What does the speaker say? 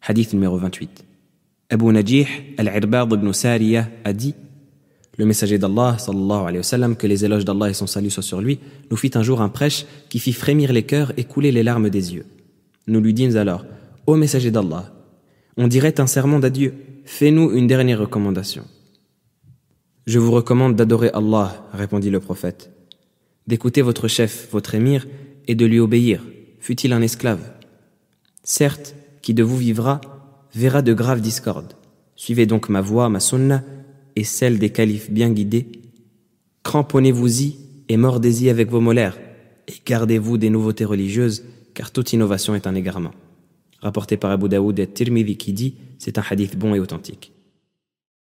Hadith numéro 28. Abu Najih al-Irbad ibn Sariyah a dit: le messager d'Allah, sallallahu alayhi wa sallam, que les éloges d'Allah et son salut soient sur lui, nous fit un jour un prêche qui fit frémir les cœurs et couler les larmes des yeux. Nous lui dîmes alors: ô messager d'Allah, on dirait un serment d'adieu, fais-nous une dernière recommandation. Je vous recommande d'adorer Allah, répondit le prophète, d'écouter votre chef, votre émir, et de lui obéir, fût-il un esclave. Certes, qui de vous vivra, verra de graves discordes. Suivez donc ma voie, ma sunna, et celle des califes bien guidés. Cramponnez-vous-y et mordez-y avec vos molaires, et gardez-vous des nouveautés religieuses, car toute innovation est un égarement. Rapporté par Abu Daoud et Tirmidhi qui dit: c'est un hadith bon et authentique.